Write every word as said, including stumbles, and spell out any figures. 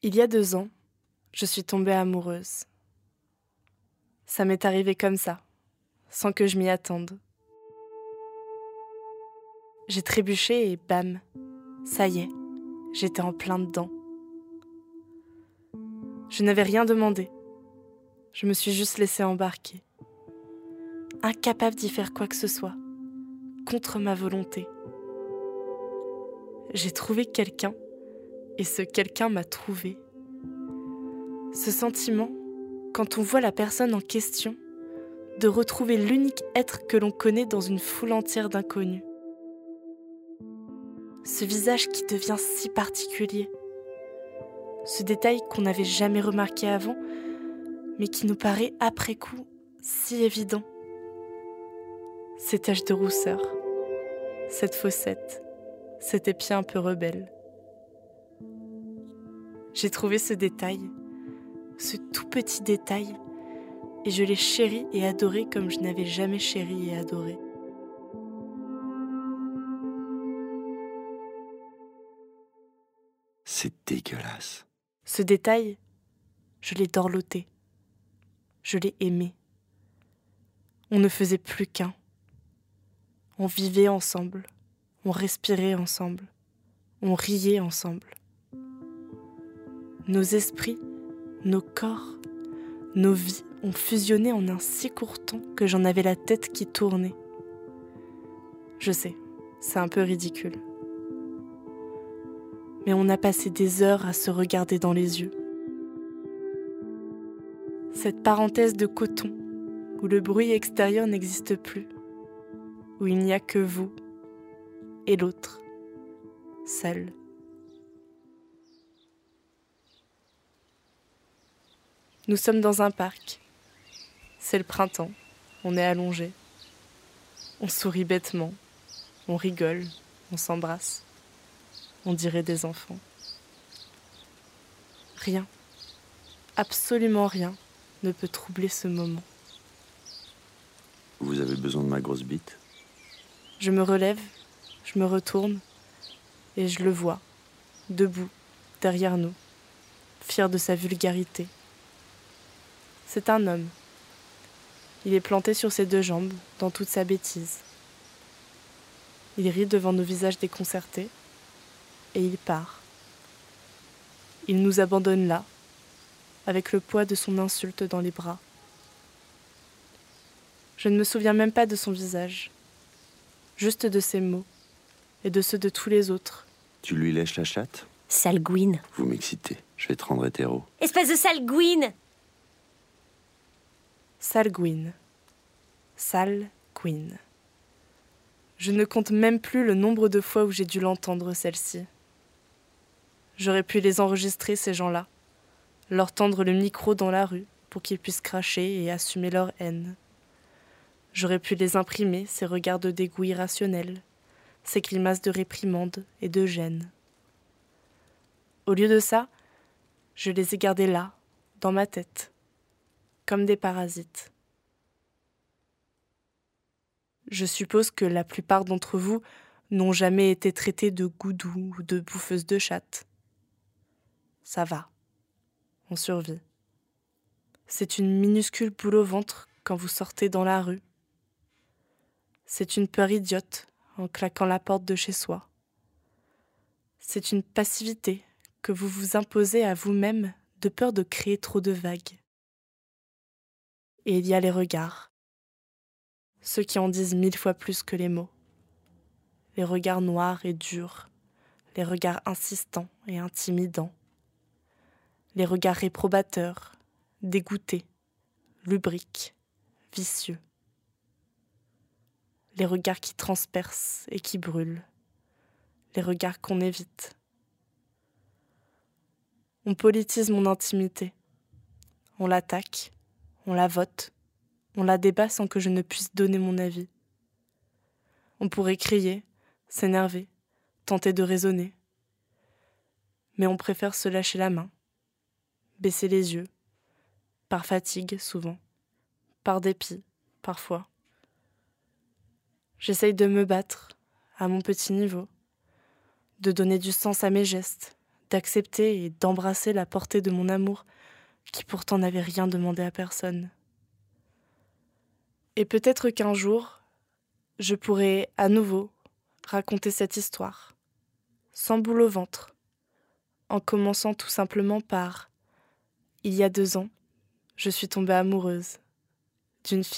Il y a deux ans, je suis tombée amoureuse. Ça m'est arrivé comme ça, sans que je m'y attende. J'ai trébuché et bam, ça y est, j'étais en plein dedans. Je n'avais rien demandé. Je me suis juste laissée embarquer. Incapable d'y faire quoi que ce soit, contre ma volonté. J'ai trouvé quelqu'un, et ce quelqu'un m'a trouvée. Ce sentiment, quand on voit la personne en question, de retrouver l'unique être que l'on connaît dans une foule entière d'inconnus. Ce visage qui devient si particulier. Ce détail qu'on n'avait jamais remarqué avant, mais qui nous paraît après coup si évident. Ces taches de rousseur, cette fossette, cet épieu un peu rebelle. J'ai trouvé ce détail, ce tout petit détail, et je l'ai chéri et adoré comme je n'avais jamais chéri et adoré. C'est dégueulasse. Ce détail, je l'ai dorloté. Je l'ai aimé. On ne faisait plus qu'un. On vivait ensemble. On respirait ensemble. On riait ensemble. Nos esprits, nos corps, nos vies ont fusionné en un si court temps que j'en avais la tête qui tournait. Je sais, c'est un peu ridicule. Mais on a passé des heures à se regarder dans les yeux. Cette parenthèse de coton, où le bruit extérieur n'existe plus, où il n'y a que vous et l'autre, seul. Nous sommes dans un parc. C'est le printemps, on est allongé. On sourit bêtement, on rigole, on s'embrasse. On dirait des enfants. Rien, absolument rien, ne peut troubler ce moment. Vous avez besoin de ma grosse bite? Je me relève, je me retourne, et je le vois, debout, derrière nous, fier de sa vulgarité. C'est un homme. Il est planté sur ses deux jambes, dans toute sa bêtise. Il rit devant nos visages déconcertés, et il part. Il nous abandonne là, avec le poids de son insulte dans les bras. Je ne me souviens même pas de son visage, juste de ses mots, et de ceux de tous les autres. Tu lui lèches la chatte? Sale gouine. Vous m'excitez, je vais te rendre hétéro. Espèce de sale gouine. Sale gouine. Sale gouine. Je ne compte même plus le nombre de fois où j'ai dû l'entendre, celle-ci. J'aurais pu les enregistrer, ces gens-là, leur tendre le micro dans la rue pour qu'ils puissent cracher et assumer leur haine. J'aurais pu les imprimer, ces regards de dégoût irrationnel, ces grimaces de réprimande et de gêne. Au lieu de ça, je les ai gardés là, dans ma tête, comme des parasites. Je suppose que la plupart d'entre vous n'ont jamais été traités de goudou ou de bouffeuse de chatte. Ça va, on survit. C'est une minuscule boule au ventre quand vous sortez dans la rue. C'est une peur idiote en claquant la porte de chez soi. C'est une passivité que vous vous imposez à vous-même de peur de créer trop de vagues. Et il y a les regards, ceux qui en disent mille fois plus que les mots. Les regards noirs et durs, les regards insistants et intimidants. Les regards réprobateurs, dégoûtés, lubriques, vicieux. Les regards qui transpercent et qui brûlent. Les regards qu'on évite. On politise mon intimité. On l'attaque, on la vote, on la débat sans que je ne puisse donner mon avis. On pourrait crier, s'énerver, tenter de raisonner. Mais on préfère se lâcher la main. Baisser les yeux, par fatigue souvent, par dépit parfois. J'essaye de me battre, à mon petit niveau, de donner du sens à mes gestes, d'accepter et d'embrasser la portée de mon amour, qui pourtant n'avait rien demandé à personne. Et peut-être qu'un jour, je pourrai à nouveau raconter cette histoire, sans boule au ventre, en commençant tout simplement par « Il y a deux ans, je suis tombée amoureuse d'une fille ».